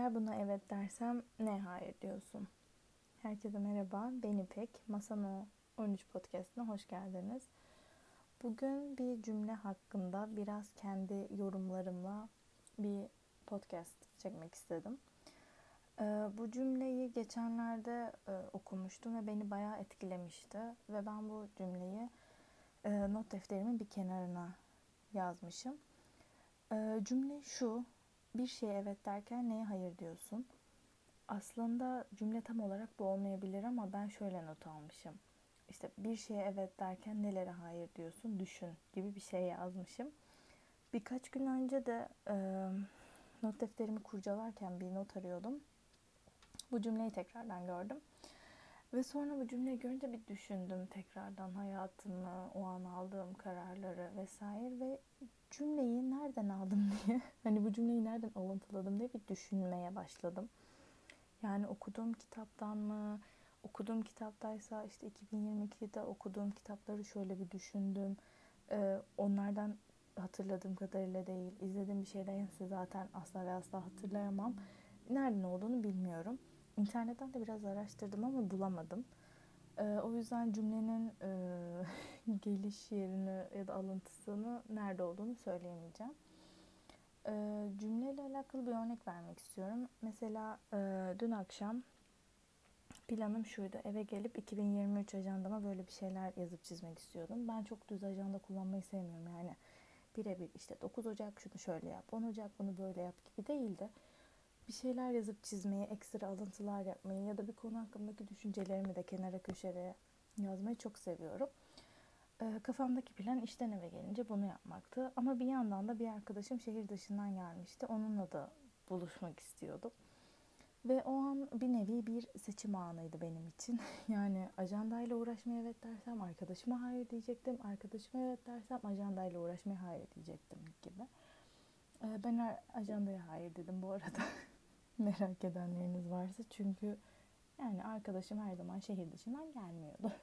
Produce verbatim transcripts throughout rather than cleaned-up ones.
Eğer buna evet dersem ne hayır diyorsun? Herkese merhaba, ben İpek. Masano on üç Podcast'ına hoş geldiniz. Bugün bir cümle hakkında biraz kendi yorumlarımla bir podcast çekmek istedim. Ee, bu cümleyi geçenlerde e, okumuştum ve beni bayağı etkilemişti. Ve ben bu cümleyi e, not defterimin bir kenarına yazmışım. E, cümle şu: bir şeye evet derken neye hayır diyorsun? Aslında cümle tam olarak bu olmayabilir ama ben şöyle not almışım. İşte bir şeye evet derken nelere hayır diyorsun, düşün gibi bir şey yazmışım. Birkaç gün önce de e, not defterimi kurcalarken bir not arıyordum. Bu cümleyi tekrardan gördüm. Ve sonra bu cümleyi görünce bir düşündüm tekrardan hayatımı, o an aldığım kararları vesaire ve cümleyi nereden aldım diye, hani bu cümleyi nereden alıntıladım diye bir düşünmeye başladım. Yani okuduğum kitaptan mı? Okuduğum kitaptaysa işte iki bin yirmi ikide okuduğum kitapları şöyle bir düşündüm. Ee, onlardan hatırladığım kadarıyla değil. İzlediğim bir şeydense zaten asla ve asla hatırlayamam. Nereden olduğunu bilmiyorum. İnternetten de biraz araştırdım ama bulamadım. Ee, o yüzden cümlenin e, geliş yerini ya da alıntısını nerede olduğunu söyleyemeyeceğim. Ee, cümleyle alakalı bir örnek vermek istiyorum. Mesela e, dün akşam planım şuydu. Eve gelip iki bin yirmi üç ajandama böyle bir şeyler yazıp çizmek istiyordum. Ben çok düz ajanda kullanmayı sevmiyorum. Yani birebir işte dokuz Ocak şunu şöyle yap, on Ocak bunu böyle yap gibi değil de bir şeyler yazıp çizmeyi, ekstra alıntılar yapmayı ya da bir konu hakkındaki düşüncelerimi de kenara köşeye yazmayı çok seviyorum. Ee, kafamdaki plan işten eve gelince bunu yapmaktı. Ama bir yandan da bir arkadaşım şehir dışından gelmişti. Onunla da buluşmak istiyordum. Ve o an bir nevi bir seçim anıydı benim için. Yani ajandayla uğraşmaya evet dersem arkadaşıma hayır diyecektim. Arkadaşıma evet dersem ajandayla uğraşmaya hayır diyecektim gibi. Ee, ben ajandaya hayır dedim bu arada. Merak edenleriniz varsa. Çünkü yani arkadaşım her zaman şehir dışından gelmiyordu.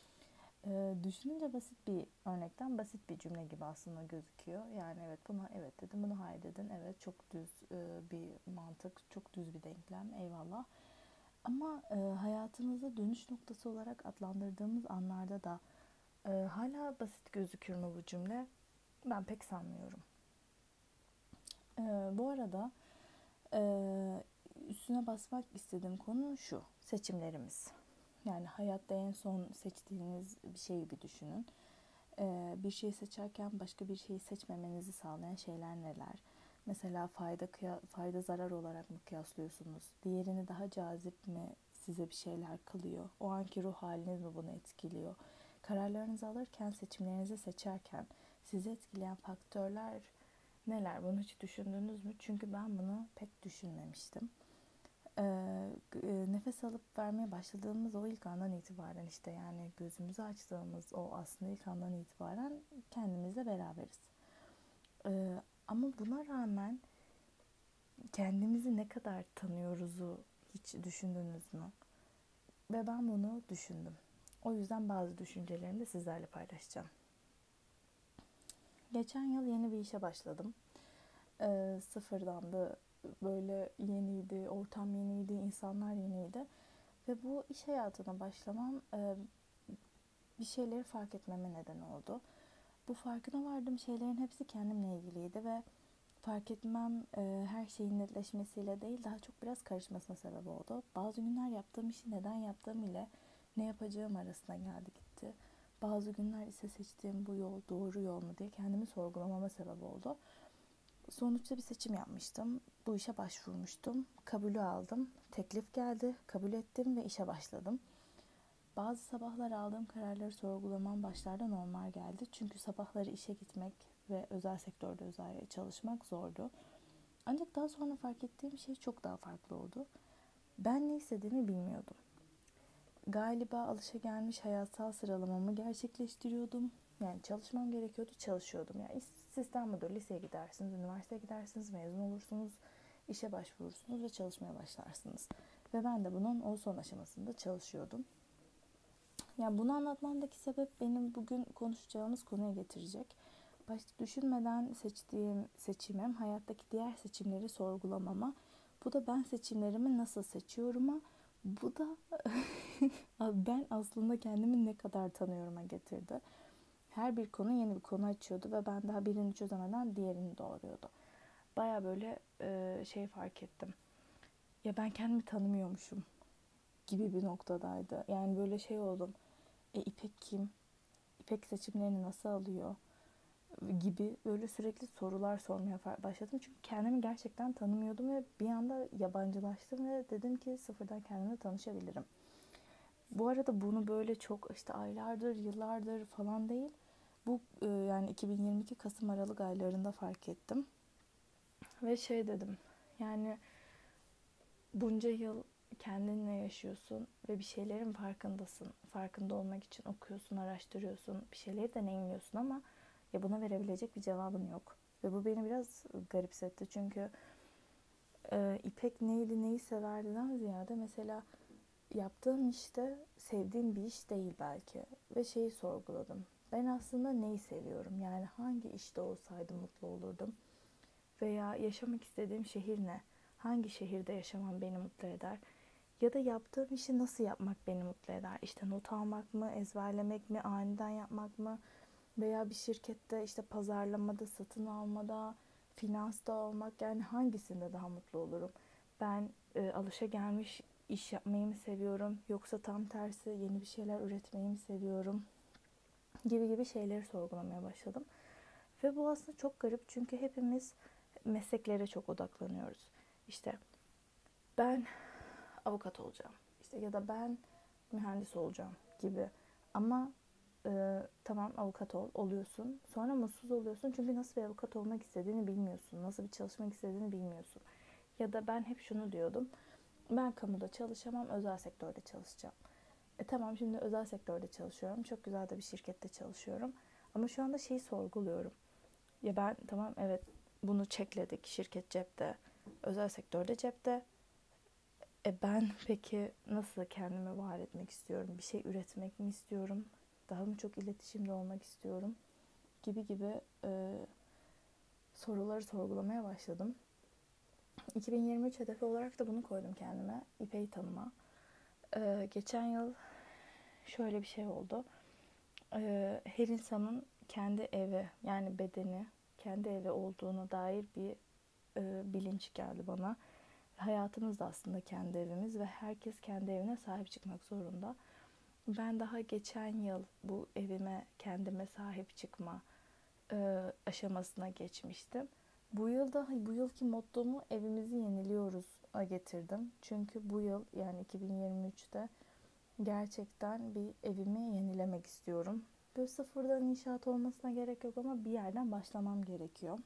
Ee, düşününce basit bir örnekten basit bir cümle gibi aslında gözüküyor. Yani evet buna evet dedim, bunu hayır dedin. Evet çok düz e, bir mantık, çok düz bir denklem. Eyvallah. Ama e, hayatımızda dönüş noktası olarak adlandırdığımız anlarda da e, hala basit gözükür mü bu cümle? Ben pek sanmıyorum. E, bu arada e, üstüne basmak istediğim konu şu: seçimlerimiz. Yani hayatta en son seçtiğiniz bir şey gibi düşünün. Ee, bir şeyi seçerken başka bir şeyi seçmemenizi sağlayan şeyler neler? Mesela fayda kıya- fayda zarar olarak mı kıyaslıyorsunuz? Diğerini daha cazip mi size bir şeyler kılıyor? O anki ruh haliniz mi bunu etkiliyor? Kararlarınızı alırken, seçimlerinizi seçerken sizi etkileyen faktörler neler? Bunu hiç düşündünüz mü? Çünkü ben bunu pek düşünmemiştim. Ee, nefes alıp vermeye başladığımız o ilk andan itibaren, işte yani gözümüzü açtığımız o aslında ilk andan itibaren kendimizle beraberiz. Ee, ama buna rağmen kendimizi ne kadar tanıyoruzu hiç düşündünüz mü? Ve ben bunu düşündüm. O yüzden bazı düşüncelerimi de sizlerle paylaşacağım. Geçen yıl yeni bir işe başladım. Ee, sıfırdandı, böyle yeniydi, ortam yeniydi, insanlar yeniydi. Ve bu iş hayatına başlamam e, bir şeyleri fark etmeme neden oldu. Bu farkına vardığım şeylerin hepsi kendimle ilgiliydi ve fark etmem e, her şeyin netleşmesiyle değil, daha çok biraz karışmasına sebep oldu. Bazı günler yaptığım işi neden yaptığım ile ne yapacağım arasına geldi gitti. Bazı günler ise seçtiğim bu yol doğru yol mu diye kendimi sorgulamama sebep oldu. Sonuçta bir seçim yapmıştım. Bu işe başvurmuştum. Kabulü aldım. Teklif geldi. Kabul ettim ve işe başladım. Bazı sabahlar aldığım kararları sorgulamam başlarda normal geldi. Çünkü sabahları işe gitmek ve özel sektörde özel çalışmak zordu. Ancak daha sonra fark ettiğim şey çok daha farklı oldu. Ben ne istediğimi bilmiyordum. Galiba alışagelmiş hayatsal sıralamamı gerçekleştiriyordum. Yani çalışmam gerekiyordu, çalışıyordum. Yani sistem budur. Liseye gidersiniz, üniversiteye gidersiniz, mezun olursunuz, işe başvurursunuz ve çalışmaya başlarsınız. Ve ben de bunun o son aşamasında çalışıyordum. Yani bunu anlatmamdaki sebep benim bugün konuşacağımız konuya getirecek. Başta düşünmeden seçtiğim seçimim hayattaki diğer seçimleri sorgulamama, Bu da ben seçimlerimi nasıl seçiyorum'a, bu da ben aslında kendimi ne kadar tanıyorum'a getirdi. Her bir konu yeni bir konu açıyordu ve ben daha birini çözemeden diğerini doğuruyordu. Baya böyle e, şey fark ettim. Ya ben kendimi tanımıyormuşum gibi bir noktadaydı. Yani böyle şey oldum. E İpek kim? İpek seçimlerini nasıl alıyor? Gibi böyle sürekli sorular sormaya başladım. Çünkü kendimi gerçekten tanımıyordum ve bir anda yabancılaştım ve dedim ki sıfırdan kendimle tanışabilirim. Bu arada bunu böyle çok işte aylardır, yıllardır falan değil. Bu e, yani iki bin yirmi iki Kasım Aralık aylarında fark ettim. Ve şey dedim. Yani bunca yıl kendinle yaşıyorsun ve bir şeylerin farkındasın. Farkında olmak için okuyorsun, araştırıyorsun, bir şeyleri deneyimliyorsun ama ya buna verebilecek bir cevabın yok. Ve bu beni biraz garipsetti. Çünkü e, İpek neydi, neyi severdiden ziyade mesela yaptığım işte sevdiğim bir iş değil belki. Ve şeyi sorguladım. Ben aslında neyi seviyorum? Yani hangi işte olsaydım mutlu olurdum? Veya yaşamak istediğim şehir ne? Hangi şehirde yaşamam beni mutlu eder? Ya da yaptığım işi nasıl yapmak beni mutlu eder? İşte not almak mı, ezberlemek mi, aniden yapmak mı? Veya bir şirkette işte pazarlamada, satın almada, finansta olmak, yani hangisinde daha mutlu olurum? Ben e, alışagelmiş iş yapmayı mı seviyorum? Yoksa tam tersi yeni bir şeyler üretmeyi mi seviyorum? Gibi gibi şeyleri sorgulamaya başladım. Ve bu aslında çok garip çünkü hepimiz mesleklere çok odaklanıyoruz. İşte ben avukat olacağım. İşte ya da ben mühendis olacağım gibi. Ama e, tamam avukat ol, oluyorsun. Sonra mutsuz oluyorsun çünkü nasıl bir avukat olmak istediğini bilmiyorsun. Nasıl bir çalışmak istediğini bilmiyorsun. Ya da ben hep şunu diyordum. Ben kamuda çalışamam, özel sektörde çalışacağım. E tamam, şimdi özel sektörde çalışıyorum. Çok güzel de bir şirkette çalışıyorum. Ama şu anda şeyi sorguluyorum. Ya ben tamam, evet, bunu çekledik. Şirket cepte, özel sektörde cepte. E ben peki nasıl kendimi var etmek istiyorum? Bir şey üretmek mi istiyorum? Daha mı çok iletişimde olmak istiyorum? Gibi gibi e, soruları sorgulamaya başladım. iki bin yirmi üç hedefi olarak da bunu koydum kendime. İpek'i tanıma. E, geçen yıl şöyle bir şey oldu. E, her insanın kendi evi, yani bedeni, kendi evi olduğuna dair bir e, bilinç geldi bana. Hayatımız da aslında kendi evimiz ve herkes kendi evine sahip çıkmak zorunda. Ben daha geçen yıl bu evime, kendime sahip çıkma e, aşamasına geçmiştim. Bu yılda bu yılki mottomu evimizi yeniliyoruz'a getirdim. Çünkü bu yıl, yani iki bin yirmi üçte gerçekten bir evimi yenilemek istiyorum. Böyle sıfırdan inşaat olmasına gerek yok ama bir yerden başlamam gerekiyor.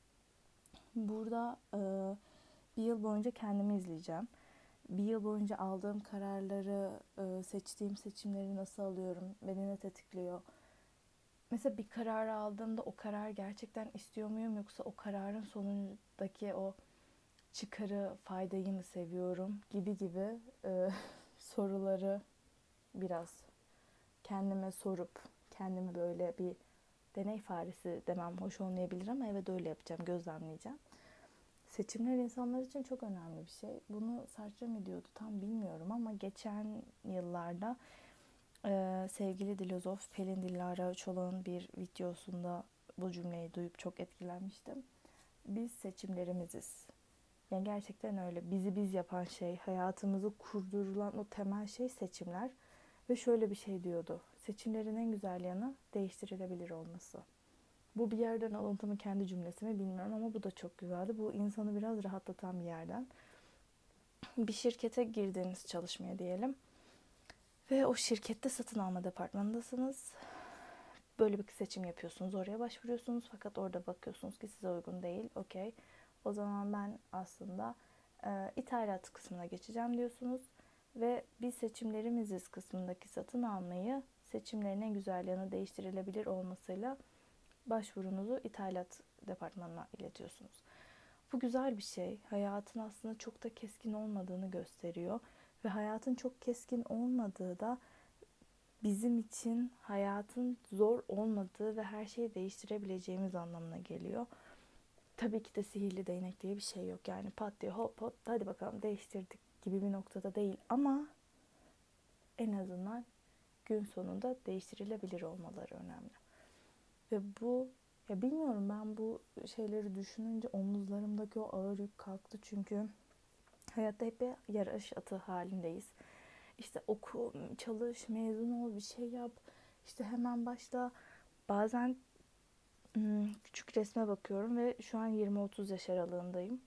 Burada e, bir yıl boyunca kendimi izleyeceğim. Bir yıl boyunca aldığım kararları, e, seçtiğim seçimleri nasıl alıyorum, beni ne tetikliyor? Mesela bir karar aldığımda o karar gerçekten istiyor muyum, yoksa o kararın sonundaki o çıkarı, faydayı mı seviyorum gibi gibi e, soruları biraz kendime sorup kendimi böyle bir deney faresi demem hoş olmayabilir ama evet öyle yapacağım, gözlemleyeceğim. Seçimler insanlar için çok önemli bir şey. Bunu Sartre mi diyordu tam bilmiyorum ama geçen yıllarda e, sevgili filozof Pelin Dilara Çolak'ın bir videosunda bu cümleyi duyup çok etkilenmiştim. Biz seçimlerimiziz. Yani gerçekten öyle. Bizi biz yapan şey, hayatımızı kurdurulan o temel şey seçimler. Ve şöyle bir şey diyordu. Seçimlerin en güzel yanı değiştirilebilir olması. Bu bir yerden alıntı mı, kendi cümlesi mi bilmiyorum ama bu da çok güzeldi. Bu insanı biraz rahatlatan bir yerden. Bir şirkete girdiniz çalışmaya diyelim. Ve o şirkette satın alma departmanındasınız. Böyle bir seçim yapıyorsunuz. Oraya başvuruyorsunuz fakat orada bakıyorsunuz ki size uygun değil. Okey. O zaman ben aslında e, ithalat kısmına geçeceğim diyorsunuz. Ve biz seçimlerimiziz kısmındaki satın almayı seçimlerin en güzel yanı değiştirilebilir olmasıyla başvurunuzu ithalat departmanına iletiyorsunuz. Bu güzel bir şey. Hayatın aslında çok da keskin olmadığını gösteriyor. Ve hayatın çok keskin olmadığı da bizim için hayatın zor olmadığı ve her şeyi değiştirebileceğimiz anlamına geliyor. tabii ki de sihirli değnek diye bir şey yok. Yani pat diye hop hop hadi bakalım değiştirdik gibi bir noktada değil. Ama en azından gün sonunda değiştirilebilir olmaları önemli. Ve bu, ya bilmiyorum, ben bu şeyleri düşününce omuzlarımdaki o ağır yük kalktı. Çünkü hayatta hep bir yarış atı halindeyiz. İşte oku, çalış, mezun ol, bir şey yap. İşte hemen başla. Bazen hmm, küçük resme bakıyorum ve şu an yirmi otuz yaş aralığındayım.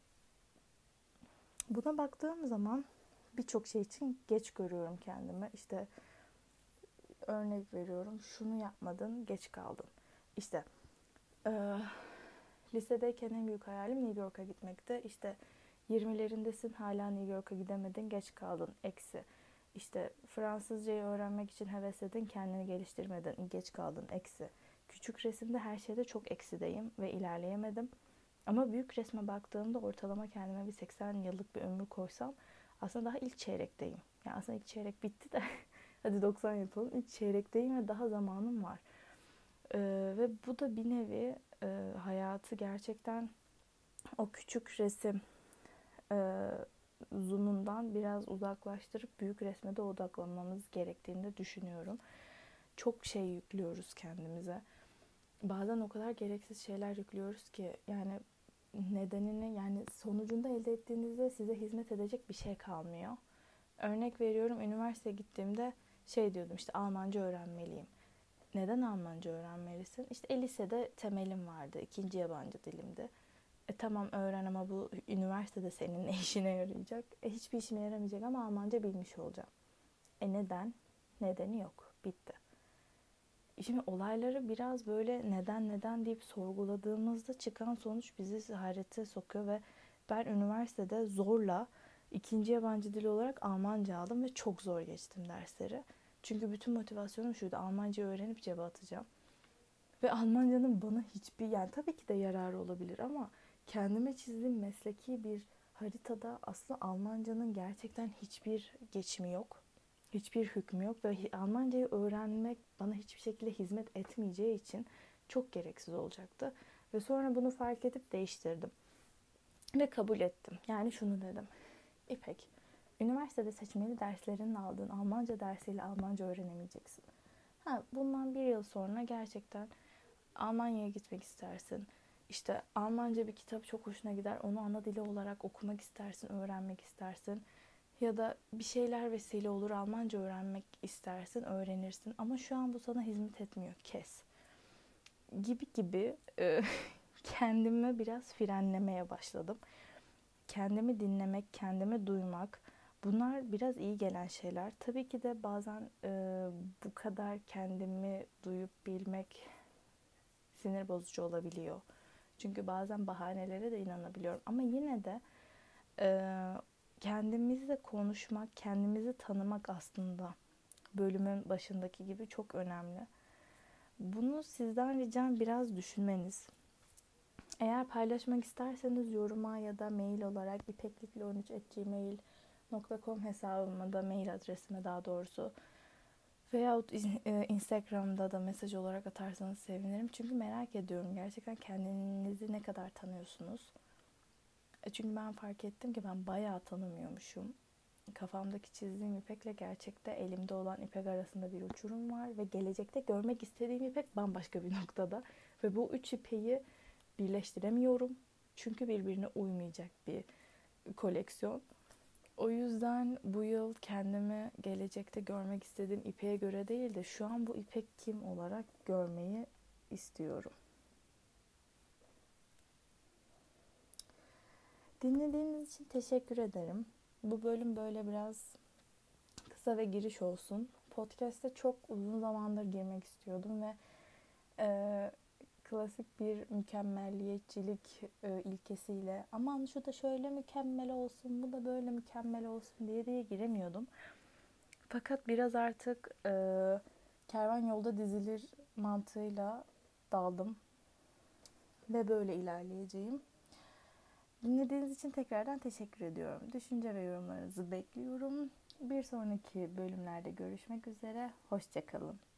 Buna baktığım zaman birçok şey için geç görüyorum kendimi. İşte örnek veriyorum, şunu yapmadın, geç kaldın. İşte e, lisedeyken en büyük hayalim New York'a gitmekti. İşte yirmilerindesin, hala New York'a gidemedin, geç kaldın, eksi. İşte Fransızcayı öğrenmek için hevesledin, kendini geliştirmedin, geç kaldın, eksi. Küçük resimde her şeyde çok eksideyim ve ilerleyemedim. Ama büyük resme baktığımda ortalama kendime bir seksen yıllık bir ömür koysam aslında daha ilk çeyrekteyim. Yani aslında ilk çeyrek bitti de hadi doksan yapalım. İlk çeyrekteyim ve daha zamanım var. Ee, ve bu da bir nevi e, hayatı gerçekten o küçük resim e, zoom'undan biraz uzaklaştırıp büyük resme de odaklanmamız gerektiğini de düşünüyorum. Çok şey yüklüyoruz kendimize. Bazen o kadar gereksiz şeyler yüklüyoruz ki yani nedenini, yani sonucunda elde ettiğinizde size hizmet edecek bir şey kalmıyor. Örnek veriyorum, üniversiteye gittiğimde şey diyordum, işte Almanca öğrenmeliyim. Neden Almanca öğrenmelisin? İşte e, lisede temelim vardı, ikinci yabancı dilimdi. E tamam öğren ama bu üniversitede senin ne işine yarayacak? E hiçbir işime yaramayacak ama Almanca bilmiş olacağım. E neden? Nedeni yok. Bitti. Şimdi olayları biraz böyle neden neden deyip sorguladığımızda çıkan sonuç bizi hayrete sokuyor ve ben üniversitede zorla ikinci yabancı dil olarak Almanca aldım ve çok zor geçtim dersleri. Çünkü bütün motivasyonum şuydu: Almanca öğrenip cebe atacağım. Ve Almancanın bana hiçbir, yani tabii ki de yararı olabilir ama kendime çizdiğim mesleki bir haritada aslında Almancanın gerçekten hiçbir geçimi yok. Hiçbir hükmü yok ve Almancayı öğrenmek bana hiçbir şekilde hizmet etmeyeceği için çok gereksiz olacaktı. Ve sonra bunu fark edip değiştirdim. Ve kabul ettim. Yani şunu dedim: İpek, üniversitede seçmeli derslerinin aldığın Almanca dersiyle Almanca öğrenemeyeceksin. Ha, bundan bir yıl sonra gerçekten Almanya'ya gitmek istersin. İşte Almanca bir kitap çok hoşuna gider. Onu ana dili olarak okumak istersin, öğrenmek istersin. Ya da bir şeyler vesile olur, Almanca öğrenmek istersin, öğrenirsin. Ama şu an bu sana hizmet etmiyor, kes. Gibi gibi e, kendime biraz frenlemeye başladım. Kendimi dinlemek, kendimi duymak, bunlar biraz iyi gelen şeyler. Tabii ki de bazen e, bu kadar kendimi duyup bilmek sinir bozucu olabiliyor. Çünkü bazen bahanelere de inanabiliyorum. Ama yine de e, kendimizle konuşmak, kendimizi tanımak aslında bölümün başındaki gibi çok önemli. Bunu sizden ricam biraz düşünmeniz. Eğer paylaşmak isterseniz yoruma ya da mail olarak ipeklikli on üç at gmail nokta com hesabıma da, mail adresime daha doğrusu, veyahut Instagram'da da mesaj olarak atarsanız sevinirim. Çünkü merak ediyorum gerçekten kendinizi ne kadar tanıyorsunuz. Çünkü ben fark ettim ki ben bayağı tanımıyormuşum. Kafamdaki çizdiğim ipekle gerçekte elimde olan ipek arasında bir uçurum var ve gelecekte görmek istediğim ipek bambaşka bir noktada. Ve bu üç ipeği birleştiremiyorum. Çünkü birbirine uymayacak bir koleksiyon. O yüzden bu yıl kendimi gelecekte görmek istediğim ipeğe göre değil de şu an bu ipek kim olarak görmeyi istiyorum. Dinlediğiniz için teşekkür ederim. Bu bölüm böyle biraz kısa ve giriş olsun. Podcast'te çok uzun zamandır girmek istiyordum ve e, klasik bir mükemmelliyetçilik e, ilkesiyle aman şu da şöyle mükemmel olsun, bu da böyle mükemmel olsun diye diye giremiyordum. Fakat biraz artık e, kervan yolda dizilir mantığıyla daldım ve böyle ilerleyeceğim. Dinlediğiniz için tekrardan teşekkür ediyorum. Düşünce ve yorumlarınızı bekliyorum. Bir sonraki bölümlerde görüşmek üzere. Hoşça kalın.